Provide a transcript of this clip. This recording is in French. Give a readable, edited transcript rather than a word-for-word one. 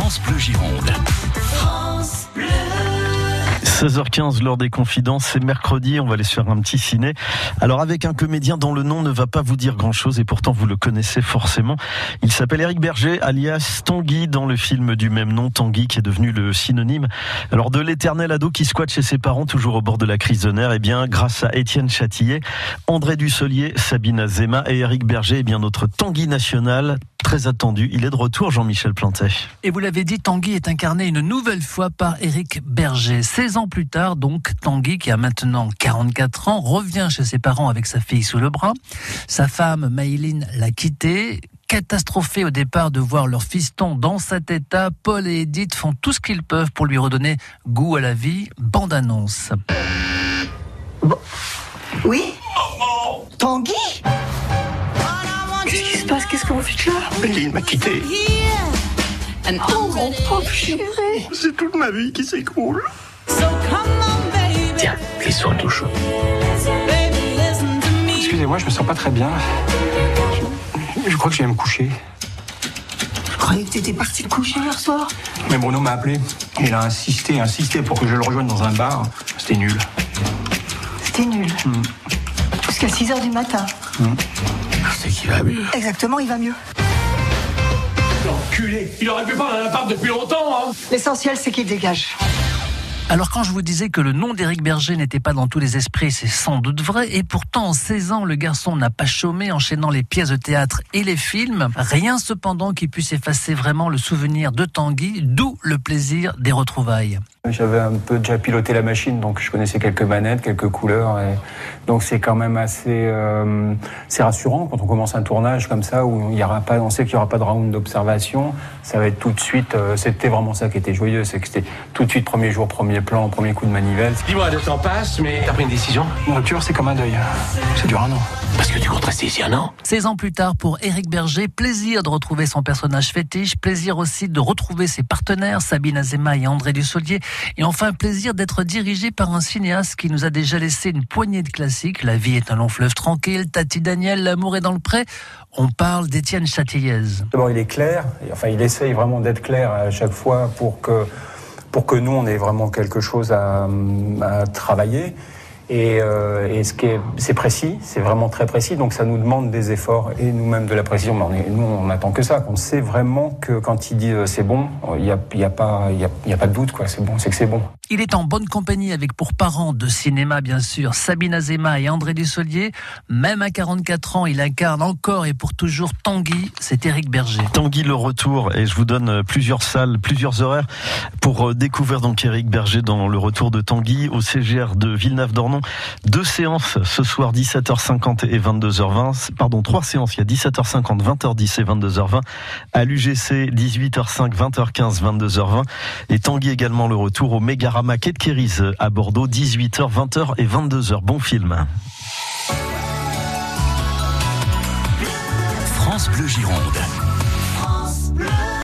France Bleu Gironde. 16h15, l'heure des confidences, c'est mercredi, on va aller se faire un petit ciné. Alors avec un comédien dont le nom ne va pas vous dire grand-chose et pourtant vous le connaissez forcément. Il s'appelle Éric Berger, alias Tanguy, dans le film du même nom, Tanguy, qui est devenu le synonyme. Alors de l'éternel ado qui squatte chez ses parents, toujours au bord de la crise de nerfs, et bien grâce à Étienne Châtillier, André Dussolier, Sabine Azéma et Éric Berger, et bien notre Tanguy national, très attendu. Il est de retour, Jean-Michel Plantet. Et vous l'avez dit, Tanguy est incarné une nouvelle fois par Éric Berger. 16 ans plus tard, donc, Tanguy, qui a maintenant 44 ans, revient chez ses parents avec sa fille sous le bras. Sa femme, Maïline, l'a quitté. Catastrophés au départ de voir leur fiston dans cet état, Paul et Edith font tout ce qu'ils peuvent pour lui redonner goût à la vie. Bande-annonce. Bon. Oui ? Tanguy ? Qu'est-ce qui se passe ? Qu'est-ce que vous faites là ? Il m'a quitté. Oh, mon pauvre chéri. C'est toute ma vie qui s'écroule. Tiens, glisse-toi une douche. Excusez-moi, je me sens pas très bien. Je crois que je vais me coucher. Je croyais que t'étais parti te coucher hier soir. Mais Bruno m'a appelé. Il a insisté pour que je le rejoigne dans un bar. C'était nul. C'était nul. Jusqu'à 6h du matin. C'est qu'il va mieux. Exactement, il va mieux. L'enculé, il aurait pu prendre un appart depuis longtemps, hein. L'essentiel, c'est qu'il dégage. Alors quand je vous disais que le nom d'Éric Berger n'était pas dans tous les esprits, c'est sans doute vrai. Et pourtant, en 16 ans, le garçon n'a pas chômé, enchaînant les pièces de théâtre et les films. Rien cependant qui puisse effacer vraiment le souvenir de Tanguy, d'où le plaisir des retrouvailles. J'avais un peu déjà piloté la machine, donc je connaissais quelques manettes, quelques couleurs. Et donc c'est quand même assez c'est rassurant quand on commence un tournage comme ça, où on sait qu'il n'y aura pas de round d'observation. Ça va être tout de suite, c'était vraiment ça qui était joyeux, c'est que c'était tout de suite premier jour, premier plan, premier coup de manivelle. Dis-moi, le temps passe, mais t'as pris une décision? Une rupture, c'est comme un deuil. Ça dure un an. Parce que tu comptes rester ici un an. 16 ans plus tard, pour Éric Berger, plaisir de retrouver son personnage fétiche, plaisir aussi de retrouver ses partenaires, Sabine Azéma et André Dussolier, et enfin plaisir d'être dirigé par un cinéaste qui nous a déjà laissé une poignée de classiques. La vie est un long fleuve tranquille, Tati Daniel, L'amour est dans le pré. On parle d'Étienne Châtillier. D'abord, il est clair, il essaye vraiment d'être clair à chaque fois pour que nous, on ait vraiment quelque chose à travailler. Et c'est précis, c'est vraiment très précis, donc ça nous demande des efforts et nous-mêmes de la précision. Mais nous, on n'attend que ça. On sait vraiment que quand il dit c'est bon, il y a pas de doute, quoi. C'est bon, c'est que c'est bon. Il est en bonne compagnie avec pour parents de cinéma, bien sûr, Sabine Azéma et André Dussolier. Même à 44 ans, il incarne encore et pour toujours Tanguy, c'est Éric Berger. Tanguy le retour, et je vous donne plusieurs salles, plusieurs horaires pour découvrir donc Éric Berger dans le retour de Tanguy au CGR de Villeneuve-d'Ornon. 2 séances ce soir, 17h50 et 22h20. Pardon, 3 séances, il y a 17h50, 20h10 et 22h20. À l'UGC, 18h05, 20h15, 22h20. Et Tanguy également le retour au Mégarama Quai de Kérise à Bordeaux, 18h, 20h et 22h. Bon film. France Bleu Gironde.